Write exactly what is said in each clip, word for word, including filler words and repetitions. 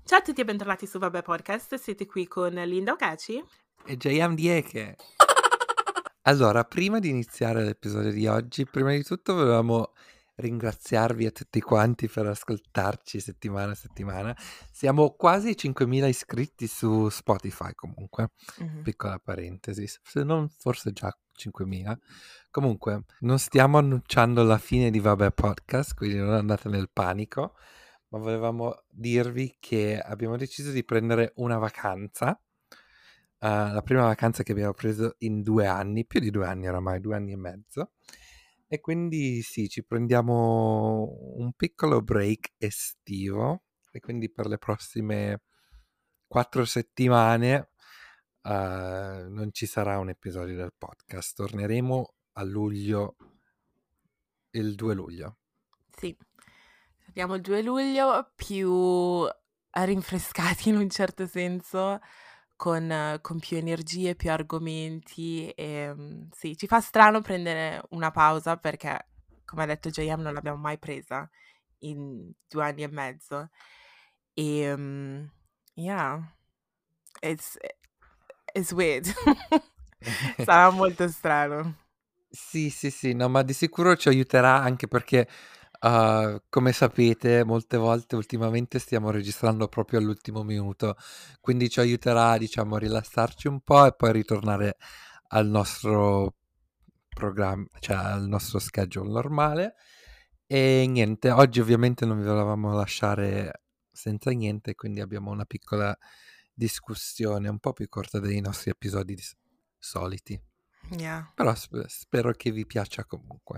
Ciao a tutti e bentornati su Vabbè Podcast, siete qui con Linda Ocaci e J M Dieke. Allora, prima di iniziare l'episodio di oggi, prima di tutto volevamo ringraziarvi a tutti quanti per ascoltarci settimana a settimana. Siamo quasi cinquemila iscritti su Spotify comunque, Mhm. piccola parentesi, se non forse già cinquemila. Comunque, non stiamo annunciando la fine di Vabbè Podcast, quindi non andate nel panico, ma volevamo dirvi che abbiamo deciso di prendere una vacanza. Uh, la prima vacanza che abbiamo preso in due anni, più di due anni oramai, due anni e mezzo, e quindi sì, ci prendiamo un piccolo break estivo e quindi per le prossime quattro settimane uh, non ci sarà un episodio del podcast, torneremo a luglio, il due luglio. Sì, abbiamo il due luglio più rinfrescati in un certo senso, con, con più energie, più argomenti e mm, sì, ci fa strano prendere una pausa perché, come ha detto J M, non l'abbiamo mai presa in due anni e mezzo e um, yeah, it's, it's weird. Sarà molto strano. Sì, sì, sì, no, ma di sicuro ci aiuterà anche perché, uh, come sapete, molte volte ultimamente stiamo registrando proprio all'ultimo minuto, quindi ci aiuterà, diciamo, a rilassarci un po' e poi ritornare al nostro programma, cioè al nostro schedule normale. E niente, oggi ovviamente non vi volevamo lasciare senza niente, quindi abbiamo una piccola discussione un po' più corta dei nostri episodi s- soliti. Yeah. Però sp- spero che vi piaccia comunque.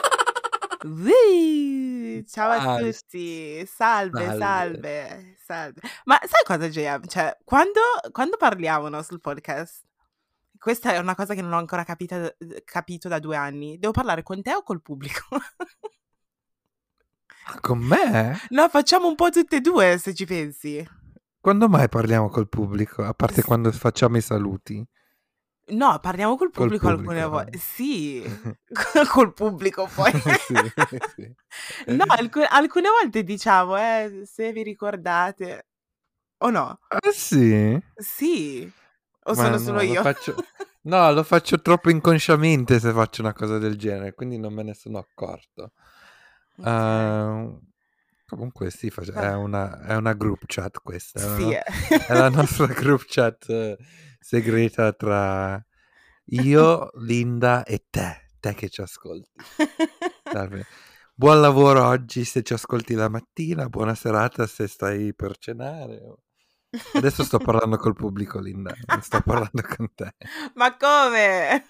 Ui, ciao a Ah, tutti, salve, salve. salve, salve. Ma sai cosa, J M? Cioè, quando, quando parliamo, no, sul podcast, questa è una cosa che non ho ancora capita- capito da due anni. Devo parlare con te o col pubblico? Ah, con me? No, facciamo un po' tutte e due, se ci pensi. Quando mai parliamo col pubblico? A parte S- quando facciamo i saluti? No, parliamo col Col pubblico alcune pubblico. volte. Sì, col pubblico poi. Sì, sì. No, alcu- alcune volte diciamo, eh, se vi ricordate, o no? Ah sì? Sì, o Ma sono solo no, lo io? faccio... No, lo faccio troppo inconsciamente se faccio una cosa del genere, quindi non me ne sono accorto. Okay. Ehm, comunque sì, face- è Vabbè. una, è una group chat questa, Sì, no? eh. È la nostra group chat eh, segreta tra io, Linda e te, te che ci ascolti. Salve. Buon lavoro oggi se ci ascolti la mattina, buona serata se stai per cenare. Adesso sto parlando col pubblico, Linda, non sto parlando con te. Ma come?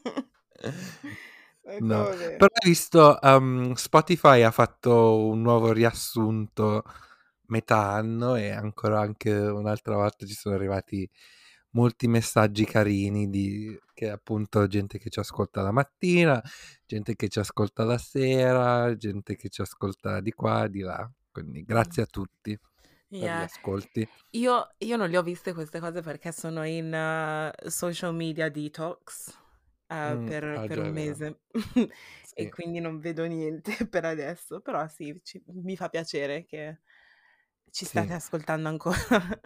Ma No, come? però hai visto, um, Spotify ha fatto un nuovo riassunto metà anno e ancora anche un'altra volta ci sono arrivati molti messaggi carini di che appunto gente che ci ascolta la mattina, gente che ci ascolta la sera, gente che ci ascolta di qua, di là. Quindi Mh. grazie a tutti per gli Yeah. ascolti. Io io non le ho viste queste cose perché sono in, uhm, social media detox, uhm, Mm, per ah per già, un è vero. mese e Sì, quindi non vedo niente per adesso, però sì, ci mi fa piacere che ci sì, state ascoltando ancora.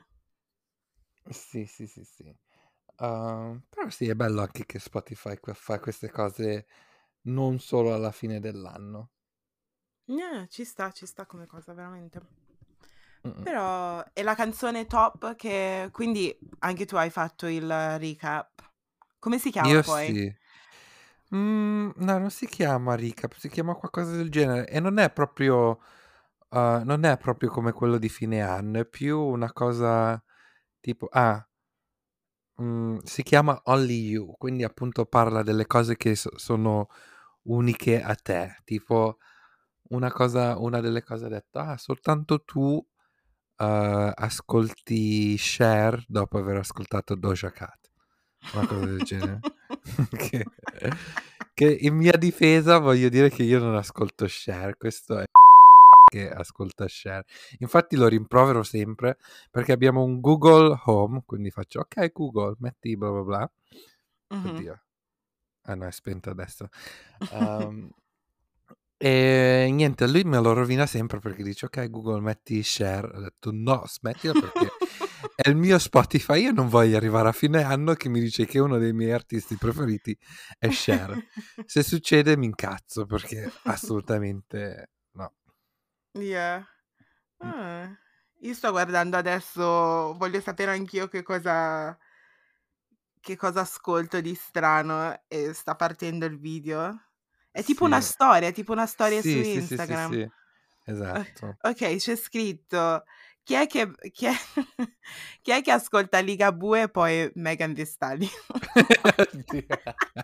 sì, sì, sì, sì. Uh, però sì, è bello anche che Spotify que- fa queste cose non solo alla fine dell'anno. Eh, ci sta, ci sta come cosa, veramente. Mm-mm. Però è la canzone top che quindi anche tu hai fatto il recap. Come si chiama Io poi? sì. Mm, no, non si chiama recap, si chiama qualcosa del genere e non è proprio, uh, non è proprio come quello di fine anno, è più una cosa tipo, ah, mm, si chiama Only You, quindi appunto parla delle cose che so- sono uniche a te, tipo una cosa, una delle cose detta, ah, soltanto tu uh, ascolti Cher dopo aver ascoltato Doja Cat, una cosa del genere. che, che in mia difesa voglio dire che io non ascolto Cher, questo è che ascolta Cher. Infatti lo rimprovero sempre perché abbiamo un Google Home, quindi faccio ok Google, metti bla bla bla. Mh-mh. Oddio. Ah no, è spento adesso. Um, E niente, lui me lo rovina sempre perché dice: "Ok Google metti share", ho detto: "No, smettila perché è il mio Spotify, io non voglio arrivare a fine anno che mi dice che uno dei miei artisti preferiti è Cher. Se succede mi incazzo perché assolutamente no". Yeah. Mh. Ah. Io sto guardando adesso, voglio sapere anch'io che cosa che cosa ascolto di strano e sta partendo il video. È tipo una Sì. storia, è tipo una storia su Sì, sì, sì, sì, Instagram. sì, O esatto. okay, c'è scritto: "Chi è che chi è chi è che ascolta Ligabue e poi Megan Thee Stallion?" Oddio.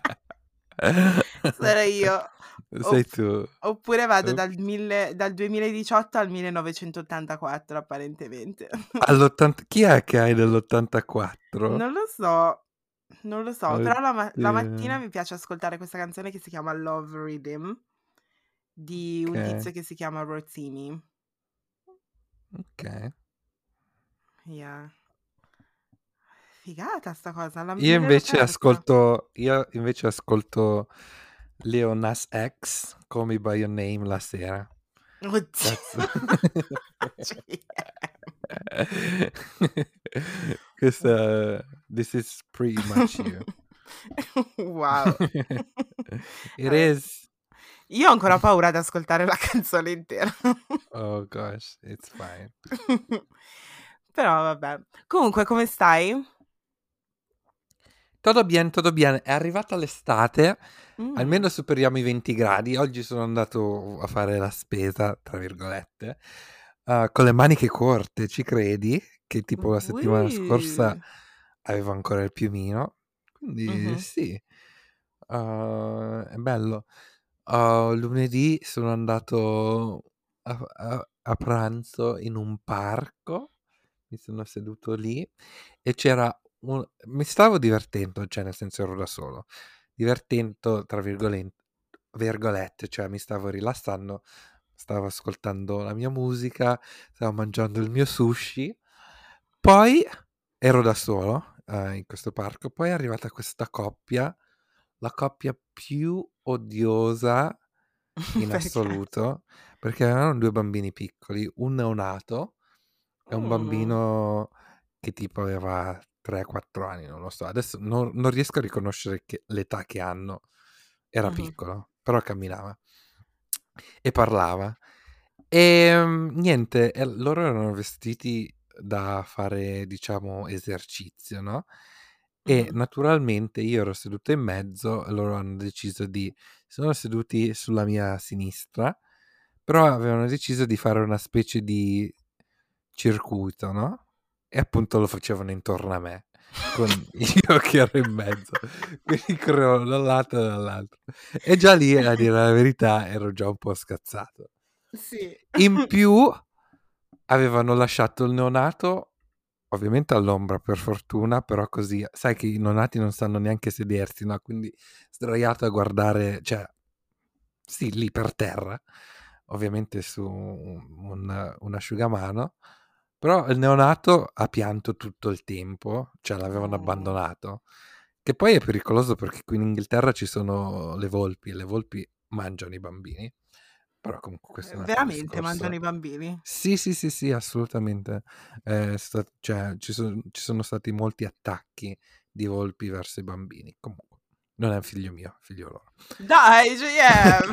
Sarò io. Sei Opp tu. oppure vado Op dal mille dal duemiladiciotto al millenovecentottantaquattro apparentemente. all'ottant chi è che hai dell'ottantaquattro? Non lo so, non lo so, però la ma la mattina Oddio. mi piace ascoltare questa canzone che si chiama Love Rhythm di un Okay, tizio che si chiama Rotimi. okay. Yeah. Figata sta cosa, la Io me l'ero invece persa. ascolto io invece ascolto Lil Nas X, Call Me By Your Name la sera. Oddio. That's G Questa This is pretty much you. Wow. It Vabbè. is. Io ho ancora paura ad ascoltare la canzone intera. Oh gosh, it's fine. Però vabbè. Comunque come stai? Todo bien, todo bien. È arrivata l'estate, almeno Mh. superiamo i venti gradi. Oggi sono andato a fare la spesa, tra virgolette, uh, con le maniche corte, ci credi? Che tipo la settimana scorsa Uh. avevo ancora il piumino. Quindi Mh-mh. sì, uh, è bello. Uh, lunedì sono andato a, a- a pranzo in un parco, mi sono seduto lì e c'era un mi stavo divertendo, cioè nel senso ero da solo. Divertendo tra virgolen virgolette, cioè mi stavo rilassando, stavo ascoltando la mia musica, stavo mangiando il mio sushi. Poi ero da solo, ehm, in questo parco, poi è arrivata questa coppia, la coppia più odiosa in Perché? assoluto, perché avevano due bambini piccoli, un neonato e un Mh. bambino che tipo aveva tre, quattro anni, non lo so. Adesso non non riesco a riconoscere che l'età che hanno. Era Mh-mh. piccolo, però camminava e parlava. Ehm, niente, e loro erano vestiti da fare, diciamo, esercizio, no, e Mh-mh. naturalmente io ero seduto in mezzo e loro hanno deciso di si sono seduti sulla mia sinistra, però avevano deciso di fare una specie di circuito, no, e appunto lo facevano intorno a me, con io che ero in mezzo, quindi correvano da un lato e dall'altro. E già lì, a dire la verità, ero già un po' scazzato. Sì. In più avevano lasciato il neonato, ovviamente all'ombra per fortuna, però così sai che i neonati non sanno neanche sedersi, no, quindi sdraiato a guardare, cioè sì, lì per terra, ovviamente su un un un asciugamano, però il neonato ha pianto tutto il tempo, cioè l'avevano Oh. abbandonato, che poi è pericoloso perché qui in Inghilterra ci sono le volpi e le volpi mangiano i bambini, però comunque questo è un altro Veramente mangiano discorso. i bambini? Sì, sì, sì, sì, assolutamente. È sta cioè ci son ci sono stati molti attacchi di volpi verso i bambini. Comunque, non è un figlio mio, figlio loro. Dai, J M.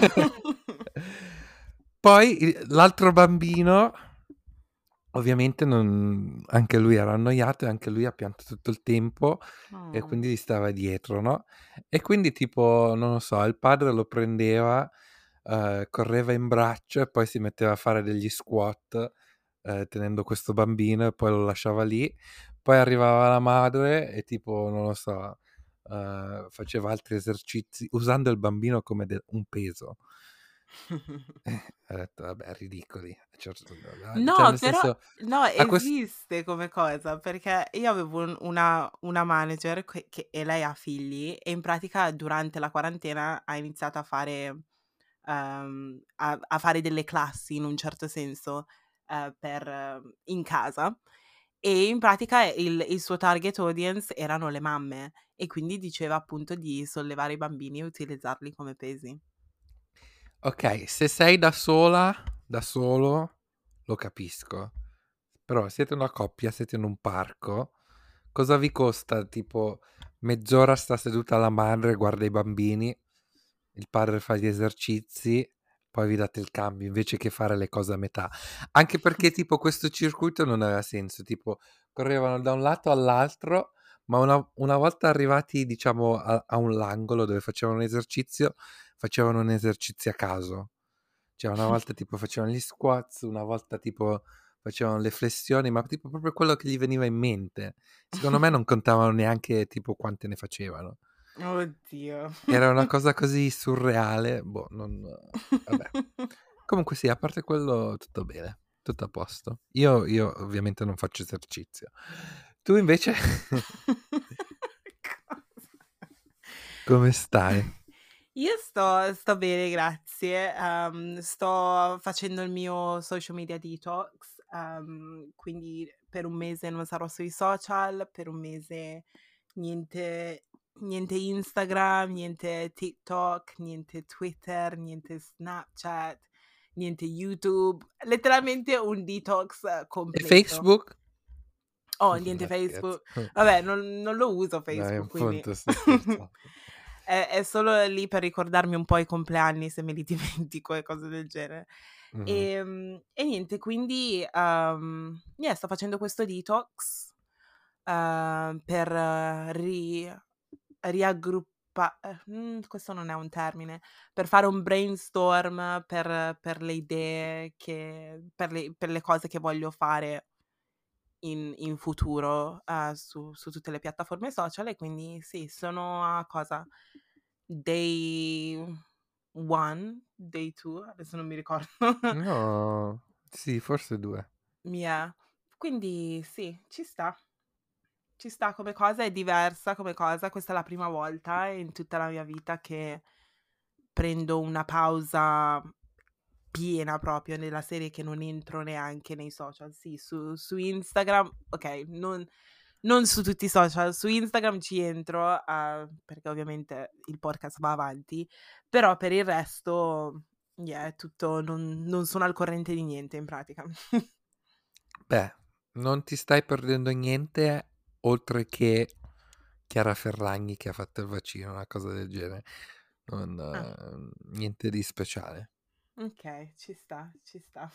Poi i l'altro bambino ovviamente non anche lui era annoiato e anche lui ha pianto tutto il tempo e Oh. quindi gli stava dietro, no, e quindi tipo, non lo so, il padre lo prendeva, ehm, correva in braccio e poi si metteva a fare degli squat, ehm, tenendo questo bambino e poi lo lasciava lì. Poi arrivava la madre e tipo, non lo so, ehm, faceva altri esercizi usando il bambino come de un peso. Eh, ho detto: "Vabbè, ridicoli." A certo cioè No, nel però senso no, a ques esiste come cosa, perché io avevo un una una manager che che e lei ha figli e in pratica durante la quarantena ha iniziato a fare ehm, a a fare delle classi in un certo senso, ehm, per ehm, in casa e in pratica il il suo target audience erano le mamme e quindi diceva appunto di sollevare i bambini e utilizzarli come pesi. Ok, se sei da sola, da solo, lo capisco. Però siete una coppia, siete in un parco, cosa vi costa? Tipo mezz'ora sta seduta la madre, guarda i bambini, il padre fa gli esercizi, poi vi date il cambio invece che fare le cose a metà. Anche perché tipo questo circuito non aveva senso, tipo correvano da un lato all'altro, ma una, una volta arrivati diciamo a, a un angolo dove facevano un esercizio, facevano un esercizio a caso. Cioè una volta tipo facevano gli squats, una volta tipo facevano le flessioni, ma tipo proprio quello che gli veniva in mente. Secondo me non contavano neanche tipo quante ne facevano. Oddio. Era una cosa così surreale, boh, non... vabbè. Comunque sì, a parte quello tutto bene, tutto a posto. Io, io ovviamente non faccio esercizio. Tu invece Cosa? come stai? Io sto, sto bene, grazie. Ehm, sto facendo il mio social media detox, ehm, quindi per un mese non sarò sui social, per un mese niente, niente Instagram, niente TikTok, niente Twitter, niente Snapchat, niente YouTube, letteralmente un detox eh, E completo. Facebook? Oh, niente No, scherzo. Facebook. Vabbè, non, non lo uso Dai, Facebook, quindi appunto, sto scherzando. è, è solo lì per ricordarmi un po' i compleanni se me li dimentico e cose del genere. Mhm. E, e niente, quindi um, yeah, sto facendo questo detox uh, per uh, ri, riaggruppare. Questo non è un termine, per fare un brainstorm per, per le idee, che, per, le, per le cose che voglio fare in, in futuro uh, su, su tutte le piattaforme social. E quindi sì, sono a cosa? Day one, day two, adesso non mi ricordo. No, sì, forse due. Mia. Quindi sì, ci sta. Ci sta come cosa, è diversa come cosa. Questa è la prima volta in tutta la mia vita che prendo una pausa piena proprio nella serie, che non entro neanche nei social. Sì, su, su Instagram, ok, non, non su tutti i social, su Instagram ci entro uh, perché ovviamente il podcast va avanti, però per il resto, yeah, è tutto, non, non sono al corrente di niente in pratica. Beh, non ti stai perdendo niente oltre che Chiara Ferragni che ha fatto il vaccino, una cosa del genere. Non, Ah, eh, niente di speciale. ok, ci sta, ci sta.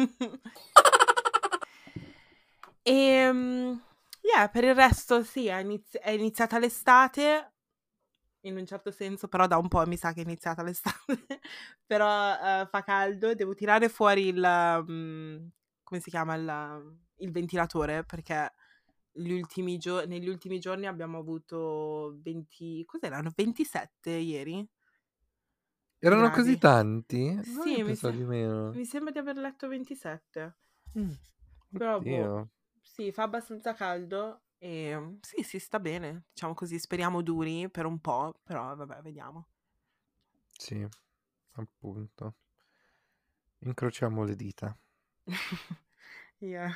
E yeah, per il resto sì, è, inizi- è iniziata l'estate, in un certo senso, però da un po' mi sa che è iniziata l'estate, però eh, fa caldo, devo tirare fuori il, mm, come si chiama, il, il ventilatore, perché gli ultimi gio- negli ultimi giorni abbiamo avuto venti, cos'erano? ventisette ieri Erano così gradi. tanti? No, io Sì, mi, pensavo se- di meno. mi sembra di aver letto ventisette. Mm, Però boh, oddio. sì, fa abbastanza caldo e sì, si sta bene, diciamo così, speriamo duri per un po', però vabbè, vediamo. Sì, appunto. Incrociamo le dita. Yeah.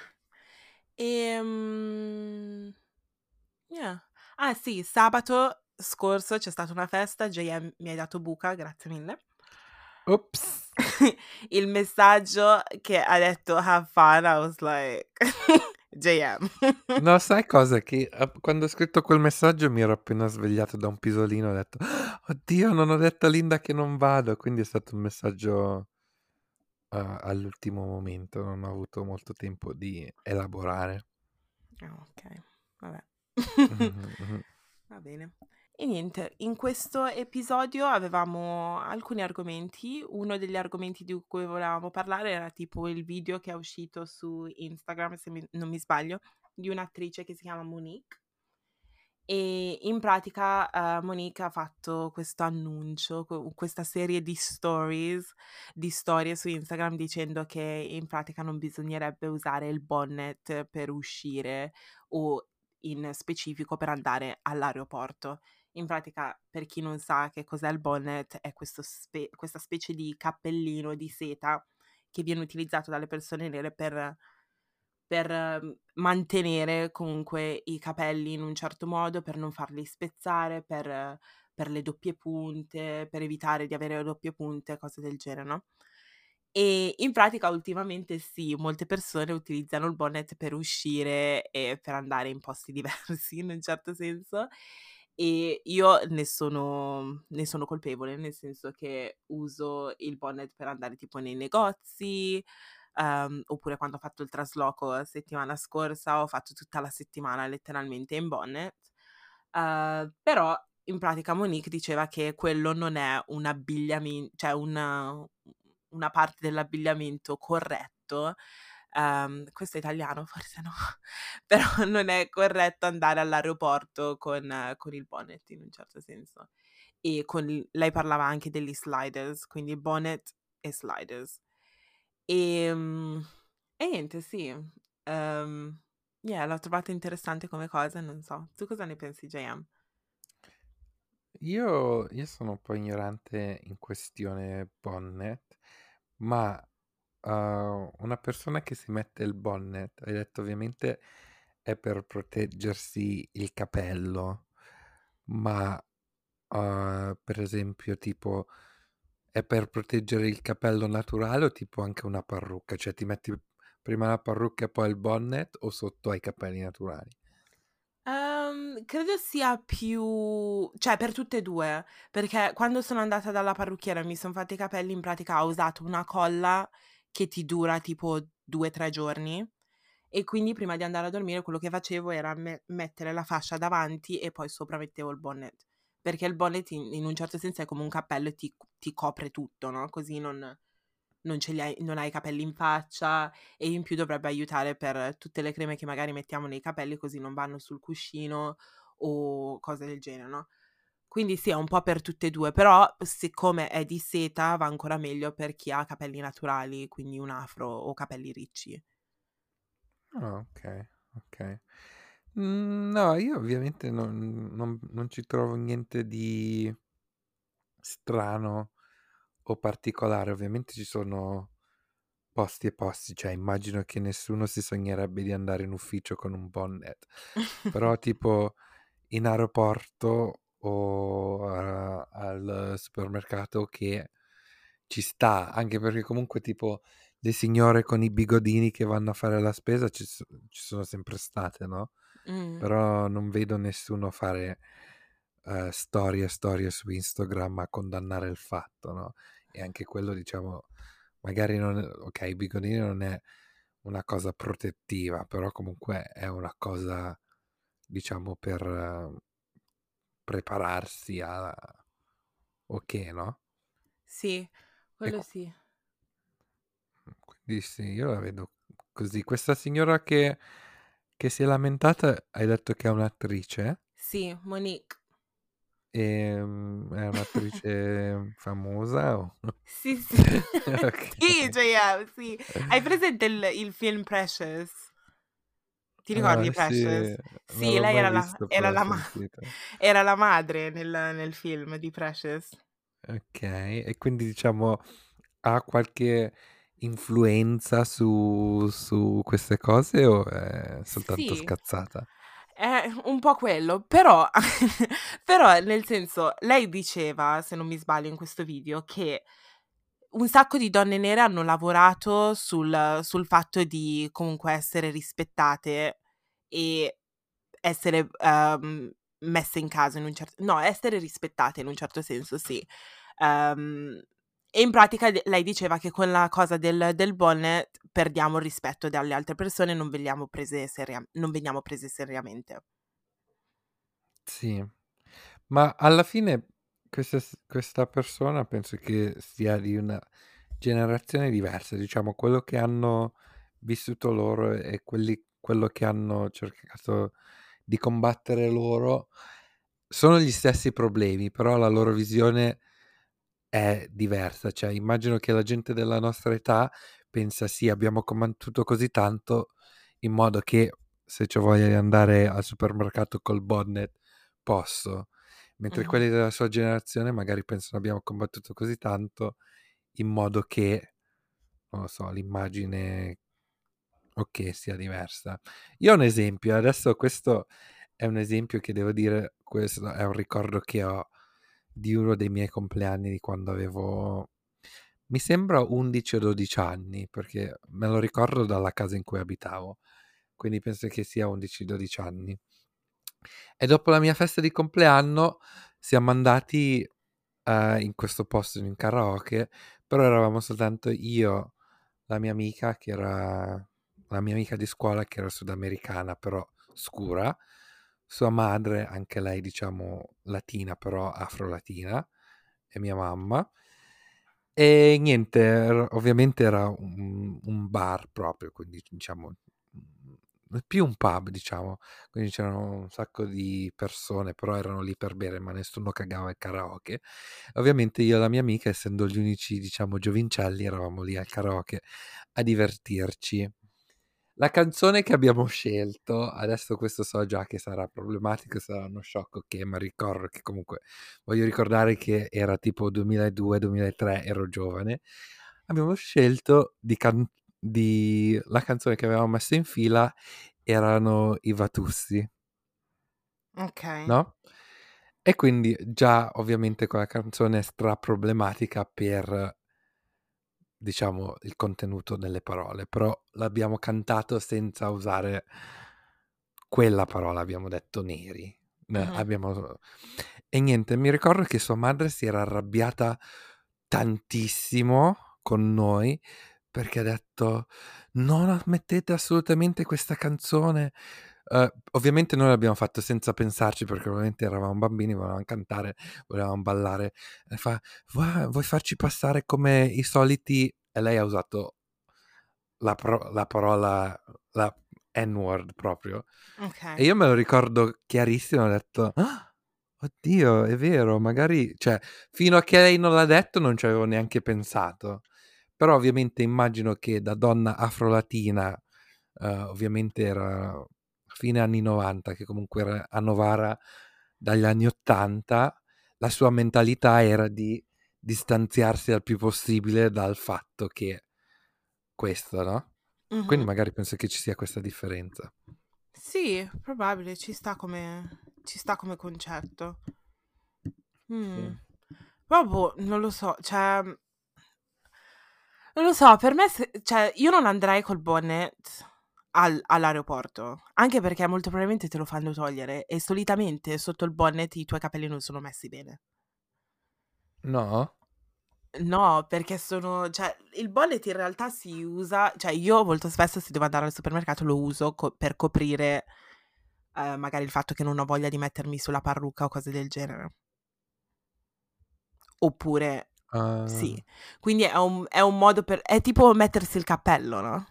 Ehm, yeah. Ah sì, sabato scorso c'è stata una festa, J M mi hai dato buca, grazie mille. Ops. Il messaggio che ha detto have fun, I was like J M. No, sai cosa? Che eh, quando ho scritto quel messaggio mi ero appena svegliato da un pisolino, ho detto, "Ah, oddio, non ho detto a Linda che non vado, quindi è stato un messaggio eh, all'ultimo momento, non ho avuto molto tempo di elaborare. Ah, ok, vabbè. Mhm, mhm. Va bene. E niente, in questo episodio avevamo alcuni argomenti. Uno degli argomenti di cui volevamo parlare era tipo il video che è uscito su Instagram, se mi- non mi sbaglio, di un'attrice che si chiama Monique. E in pratica eh, Monique ha fatto questo annuncio, que- questa serie di stories, di storie su Instagram dicendo che in pratica non bisognerebbe usare il bonnet per uscire o in specifico per andare all'aeroporto. In pratica, per chi non sa che cos'è il bonnet, è questo spe- questa specie di cappellino di seta che viene utilizzato dalle persone nere per per mhmm, mantenere comunque i capelli in un certo modo, per non farli spezzare, per per le doppie punte, per evitare di avere le doppie punte, cose del genere, no? E in pratica ultimamente sì, molte persone utilizzano il bonnet per uscire e per andare in posti diversi in un certo senso, e io ne sono ne sono colpevole, nel senso che uso il bonnet per andare tipo nei negozi, uhm, oppure quando ho fatto il trasloco settimana scorsa, ho fatto tutta la settimana letteralmente in bonnet. Uhm, però in pratica Monique diceva che quello non è un abbigliamen cioè un una parte dell'abbigliamento corretto, uhm, questo è italiano? Forse no, però non è corretto andare all'aeroporto con con il bonnet in un certo senso. E con il lei parlava anche degli sliders, quindi bonnet e sliders. Ehm, e niente, sì, uhm, yeah, l'ho trovata interessante come cosa, non so. Tu cosa ne pensi, J M? Io, io sono un po' ignorante in questione bonnet, ma uh, una persona che si mette il bonnet, hai detto ovviamente è per proteggersi il capello, ma uh, per esempio tipo è per proteggere il capello naturale o tipo anche una parrucca? Cioè ti metti prima la parrucca e poi il bonnet o sotto ai capelli naturali? Uhm, credo sia più cioè per tutte e due, perché quando sono andata dalla parrucchiera e mi son fatta i capelli, in pratica ho usato una colla che ti dura tipo due, tre giorni, e quindi prima di andare a dormire quello che facevo era me mettere la fascia davanti e poi sopra mettevo il bonnet, perché il bonnet in in un certo senso è come un cappello e ti c ti copre tutto, no, così non non ce li hai non hai i capelli in faccia, e in più dovrebbe aiutare per tutte le creme che magari mettiamo nei capelli, così non vanno sul cuscino o cose del genere, no. Quindi sì, è un po' per tutte e due, però siccome è di seta va ancora meglio per chi ha capelli naturali, quindi un afro o capelli ricci. Ah, ok, ok. Mm, no, io ovviamente non, non- non ci trovo niente di strano o particolare. Ovviamente ci sono posti e posti, cioè immagino che nessuno si sognerebbe di andare in ufficio con un bonnet, però tipo in aeroporto o eh, al supermercato che ci sta, anche perché comunque tipo le signore con i bigodini che vanno a fare la spesa ci, so- ci sono sempre state, no? Mh. Però non vedo nessuno fare eh, storie e storie su Instagram a condannare il fatto, no? E anche quello, diciamo, magari non è, ok, i bigodini non è una cosa protettiva, però comunque è una cosa, diciamo, per eh, prepararsi a ok, no? Sì, E quello qu- sì. quindi sì, io la vedo così. Questa signora che, che si è lamentata, hai detto che è un'attrice? Sì, Monique. Ehm, è un'attrice famosa o... Sì, sì. Sì, Ok. J M, sì. Hai presente il il film Precious? Ti ricordi Ah, sì, Precious? non Sì, l'ho lei mai era la visto, era però ho la ma sentito. era la madre nel nel film di Precious. Ok, e quindi diciamo ha qualche influenza su, su queste cose o è soltanto Sì, scazzata? è un po' quello, però però nel senso, lei diceva, se non mi sbaglio in questo video, che un sacco di donne nere hanno lavorato sul sul fatto di comunque essere rispettate e essere, uhm, messe in casa in un cer no, essere rispettate in un certo senso, sì. Uhm, e in pratica d lei diceva che con la cosa del del bonnet perdiamo il rispetto dalle altre persone, non veniamo prese seria non veniamo prese seriamente. Sì, ma alla fine questa, s- questa persona penso che sia di una generazione diversa, diciamo, quello che hanno vissuto loro e quelli, quello che hanno cercato di combattere loro sono gli stessi problemi, però la loro visione è diversa. Cioè, immagino che la gente della nostra età pensa sì, abbiamo combattuto così tanto in modo che se c'ho voglia di andare al supermercato col bonnet posso, mentre Mh-mh. quelli della sua generazione magari pensano abbiamo combattuto così tanto in modo che, non lo so, l'immagine ok sia diversa. Io ho un esempio, adesso questo è un esempio che devo dire, questo è un ricordo che ho. di uno dei miei compleanni di quando avevo, mi sembra undici o dodici anni, perché me lo ricordo dalla casa in cui abitavo, quindi penso che sia undici dodici anni. E dopo la mia festa di compleanno siamo andati eh, in questo posto in karaoke, però eravamo soltanto io, la mia amica che era la mia amica di scuola che era sudamericana però scura, sua madre, anche lei diciamo latina però afro-latina, e mia mamma. E niente, er- ovviamente era un, un bar proprio, quindi diciamo mm, più un pub, diciamo, quindi c'erano un sacco di persone, però erano lì per bere, ma nessuno cagava il karaoke. Ovviamente io e la mia amica, essendo gli unici, diciamo, giovincelli, eravamo lì al karaoke a divertirci. La canzone che abbiamo scelto, adesso questo so già che sarà problematico, sarà uno shock, ok, ma ricordo che comunque voglio ricordare che era tipo duemiladue duemilatré, ero giovane. Abbiamo scelto di, can- di la canzone che avevamo messo in fila erano i Vatussi, Ok. no? E quindi già ovviamente quella canzone è stra problematica per, diciamo, il contenuto delle parole, però l'abbiamo cantato senza usare quella parola, abbiamo detto neri. Eh, Mhm. abbiamo... E niente, mi ricordo che sua madre si era arrabbiata tantissimo con noi perché ha detto non mettete assolutamente questa canzone. Eh, ovviamente noi l'abbiamo fatto senza pensarci perché ovviamente eravamo bambini, volevamo cantare, volevamo ballare. E fa, "Va, vuoi farci passare come i soliti?" E lei ha usato la, pro- la parola, la N-word proprio. E Ok. io me lo ricordo chiarissimo, ho detto, "Ah, oddio, è vero, magari, cioè, fino a che lei non l'ha detto non ci avevo neanche pensato. Però ovviamente immagino che da donna afro-latina, eh, ovviamente era fine anni novanta, che comunque era a Novara dagli anni ottanta, la sua mentalità era di distanziarsi al più possibile dal fatto che questo, no? Quindi Mhm. magari penso che ci sia questa differenza. Sì, probabile, ci sta come, ci sta come concetto. Sì. Mm. Vabbè, non lo so, cioè, non lo so, per me, se- cioè, io non andrei col bonnet al- all'aeroporto, anche perché molto probabilmente te lo fanno togliere e solitamente sotto il bonnet i tuoi capelli non sono messi bene. No? No, perché sono, cioè, il bonnet in realtà si usa, cioè, io molto spesso se devo andare al supermercato lo uso co- per coprire eh, magari il fatto che non ho voglia di mettermi sulla parrucca o cose del genere. Oppure, Ah, sì, quindi è un, è un modo per, è tipo mettersi il cappello, no?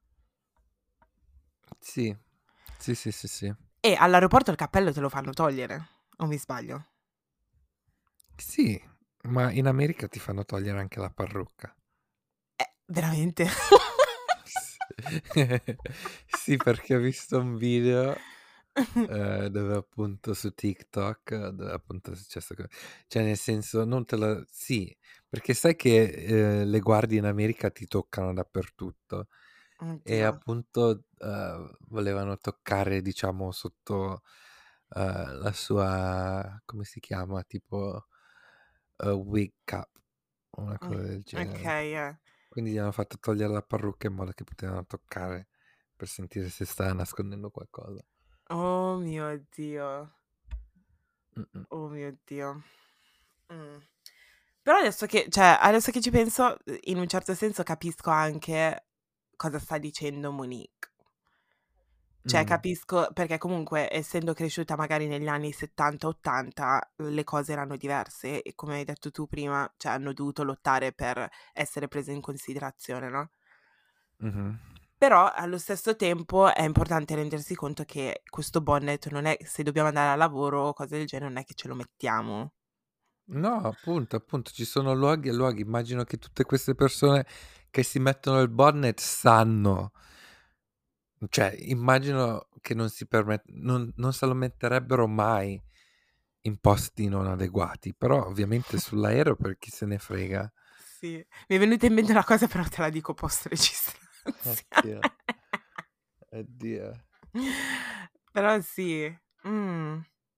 sì. Sì, sì, sì, sì. E all'aeroporto il cappello te lo fanno togliere, o mi sbaglio? Sì, ma in America ti fanno togliere anche la parrucca. Eh, veramente? Sì, sì, perché ho visto un video eh, dove appunto su TikTok, dove appunto è successo que- cioè nel senso non te la... Sì, perché sai che eh, le guardie in America ti toccano dappertutto e Oddio. appunto eh, volevano toccare diciamo sotto eh, la sua, come si chiama, tipo eh, wig cap, una Mm, cosa del ok, genere. eh. Quindi gli hanno fatto togliere la parrucca in modo che potevano toccare per sentire se stava nascondendo qualcosa. Oh mio Dio. Mm-mm. Oh mio Dio. Mm. Però adesso che, cioè, adesso che ci penso, in un certo senso capisco anche cosa sta dicendo Monique. Cioè, Mm. capisco perché comunque, essendo cresciuta magari negli anni settanta ottanta, le cose erano diverse e come hai detto tu prima, cioè, hanno dovuto lottare per essere prese in considerazione, no? Mhm. Però allo stesso tempo è importante rendersi conto che questo bonnet non è, se dobbiamo andare al lavoro o cose del genere, non è che ce lo mettiamo. No, appunto, appunto, ci sono luoghi e luoghi. Immagino che tutte queste persone che si mettono il bonnet sanno, cioè, immagino che non si permet- non, non se lo metterebbero mai in posti non adeguati, però ovviamente sull'aereo per chi se ne frega. Sì, mi è venuta in mente una cosa, però te la dico post registrazione. Oddio, oddio. Però sì. Mm.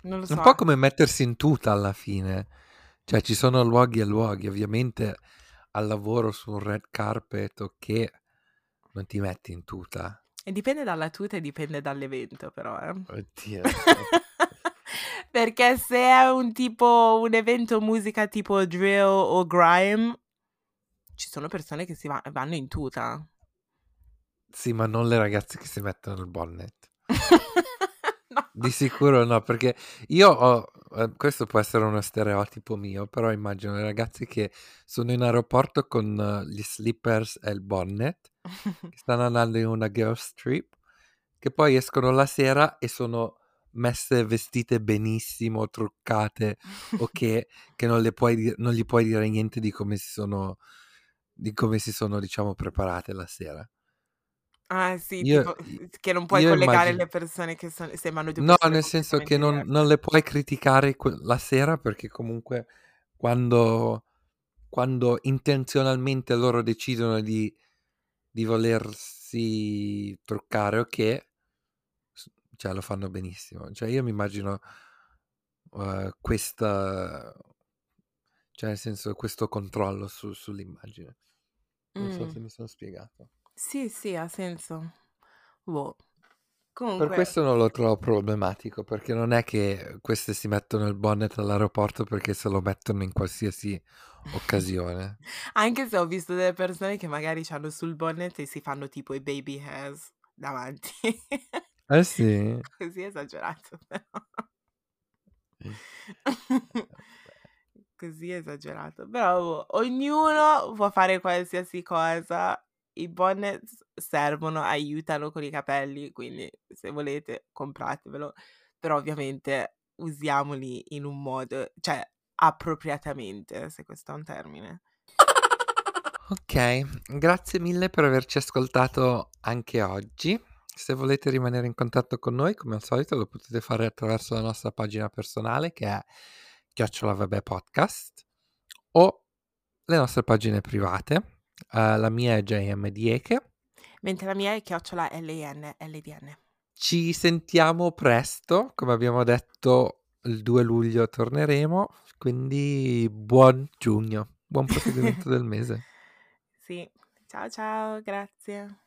Non lo Un so. po' come mettersi in tuta alla fine. Cioè, ci sono luoghi e luoghi. Ovviamente al lavoro su un red carpet o che non ti metti in tuta. E dipende dalla tuta e dipende dall'evento però, eh. Oddio. vabbè. Perché se è un tipo un evento musica tipo drill o grime, ci sono persone che si va vanno in tuta. Sì, ma non le ragazze che si mettono il bonnet. No. Di sicuro no, perché io ho, eh, questo può essere uno stereotipo mio, però immagino le ragazze che sono in aeroporto con eh, gli slippers e il bonnet, che stanno andando in una girls trip, che poi escono la sera e sono messe vestite benissimo, truccate, o che, che non, le puoi di- non gli puoi dire niente di come si sono, di come si sono, diciamo, preparate la sera. Ah sì, Io, tipo che non puoi io collegare immagino. le persone che son sembrano due No, persone nel senso che completamente non, non diverse. le puoi criticare que- la sera perché comunque quando, quando intenzionalmente loro decidono di, di volersi truccare o che, s- cioè lo fanno benissimo. Cioè io mi immagino eh, questa, cioè nel senso questo controllo su- sull'immagine. Non so Mh. se mi sono spiegato. Sì, sì, ha senso. Boh. Per Comunque questo non lo trovo problematico, perché non è che queste si mettono il bonnet all'aeroporto perché se lo mettono in qualsiasi occasione. anche se ho visto delle persone che magari c'hanno sul bonnet e si fanno tipo i baby hairs davanti. Eh sì. Così esagerato però. Così esagerato. Però boh, ognuno può fare qualsiasi cosa. I bonnets servono, aiutano con i capelli, quindi se volete compratevelo, però ovviamente usiamoli in un modo, cioè appropriatamente, se questo è un termine. Ok, grazie mille per averci ascoltato anche oggi. Se volete rimanere in contatto con noi, come al solito, lo potete fare attraverso la nostra pagina personale che è Chiocciola Vabbè Podcast o le nostre pagine private. Eh, la mia è J M Dieke. Mentre la mia è chiocciola L I N L D N. Ci sentiamo presto, come abbiamo detto il due luglio torneremo, quindi buon giugno, buon proseguimento del mese. Sì, ciao ciao, grazie.